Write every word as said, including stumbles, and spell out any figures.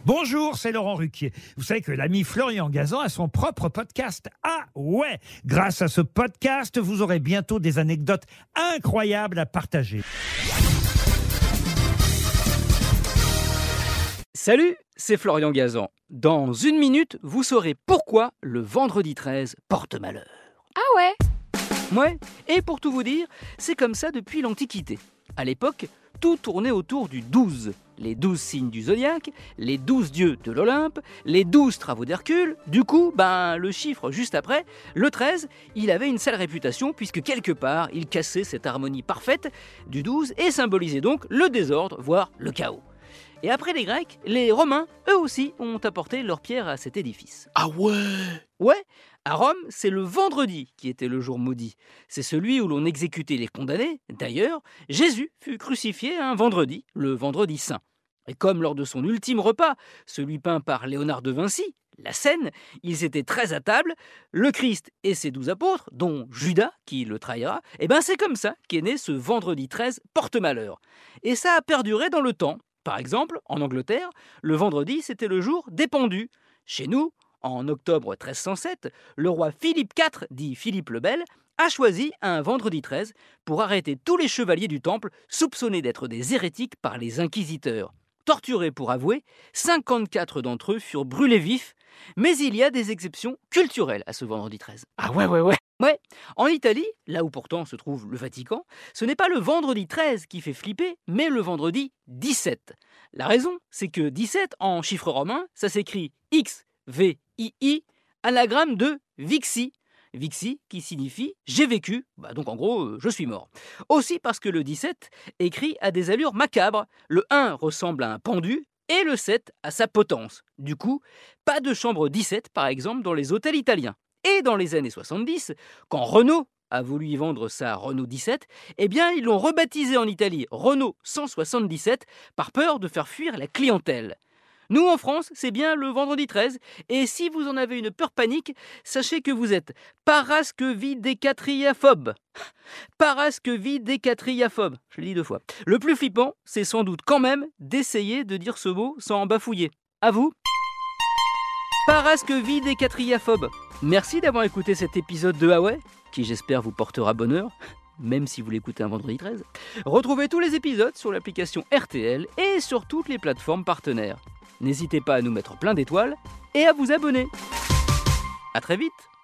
Bonjour, c'est Laurent Ruquier. Vous savez que l'ami Florian Gazan a son propre podcast. Ah ouais! Grâce à ce podcast, vous aurez bientôt des anecdotes incroyables à partager. Salut, c'est Florian Gazan. Dans une minute, vous saurez pourquoi le vendredi treize porte malheur. Ah ouais? Ouais, et pour tout vous dire, c'est comme ça depuis l'Antiquité. À l'époque, tout tournait autour du douze. Les douze signes du zodiaque, les douze dieux de l'Olympe, les douze travaux d'Hercule. Du coup, ben, le chiffre juste après, le treize, il avait une sale réputation puisque quelque part, il cassait cette harmonie parfaite du douze et symbolisait donc le désordre, voire le chaos. Et après les Grecs, les Romains, eux aussi, ont apporté leur pierre à cet édifice. Ah ouais? Ouais, à Rome, c'est le vendredi qui était le jour maudit. C'est celui où l'on exécutait les condamnés. D'ailleurs, Jésus fut crucifié un vendredi, le vendredi saint. Et comme lors de son ultime repas, celui peint par Léonard de Vinci, la scène, ils étaient treize à table, le Christ et ses douze apôtres, dont Judas, qui le trahira, et ben c'est comme ça qu'est né ce vendredi treize porte-malheur. Et ça a perduré dans le temps. Par exemple, en Angleterre, le vendredi, c'était le jour des pendus. Chez nous, en octobre treize cent sept, le roi Philippe quatre, dit Philippe le Bel, a choisi un vendredi treize pour arrêter tous les chevaliers du temple soupçonnés d'être des hérétiques par les inquisiteurs. Torturés pour avouer, cinquante-quatre d'entre eux furent brûlés vifs, mais il y a des exceptions culturelles à ce vendredi treize. Ah ouais, ouais, ouais. Ouais, en Italie, là où pourtant se trouve le Vatican, ce n'est pas le vendredi treize qui fait flipper, mais le vendredi dix-sept. La raison, c'est que dix-sept, en chiffre romain, ça s'écrit X V I I, anagramme de Vixi. Vixi qui signifie « j'ai vécu », bah donc en gros euh, « je suis mort ». Aussi parce que le dix-sept écrit à des allures macabres. Le un ressemble à un pendu et le sept à sa potence. Du coup, pas de chambre dix-sept par exemple dans les hôtels italiens. Et dans les années soixante-dix, quand Renault a voulu y vendre sa Renault dix-sept, eh bien ils l'ont rebaptisé en Italie Renault cent soixante-dix-sept par peur de faire fuir la clientèle. Nous, en France, c'est bien le vendredi treize, et si vous en avez une peur panique, sachez que vous êtes paraskevidécatriaphobe. Paraskevidécatriaphobe, je l'ai dit deux fois. Le plus flippant, c'est sans doute quand même d'essayer de dire ce mot sans en bafouiller. À vous. Paraskevidécatriaphobe. Merci d'avoir écouté cet épisode de Ah ouais, qui j'espère vous portera bonheur, même si vous l'écoutez un vendredi treize. Retrouvez tous les épisodes sur l'application R T L et sur toutes les plateformes partenaires. N'hésitez pas à nous mettre plein d'étoiles et à vous abonner. À très vite.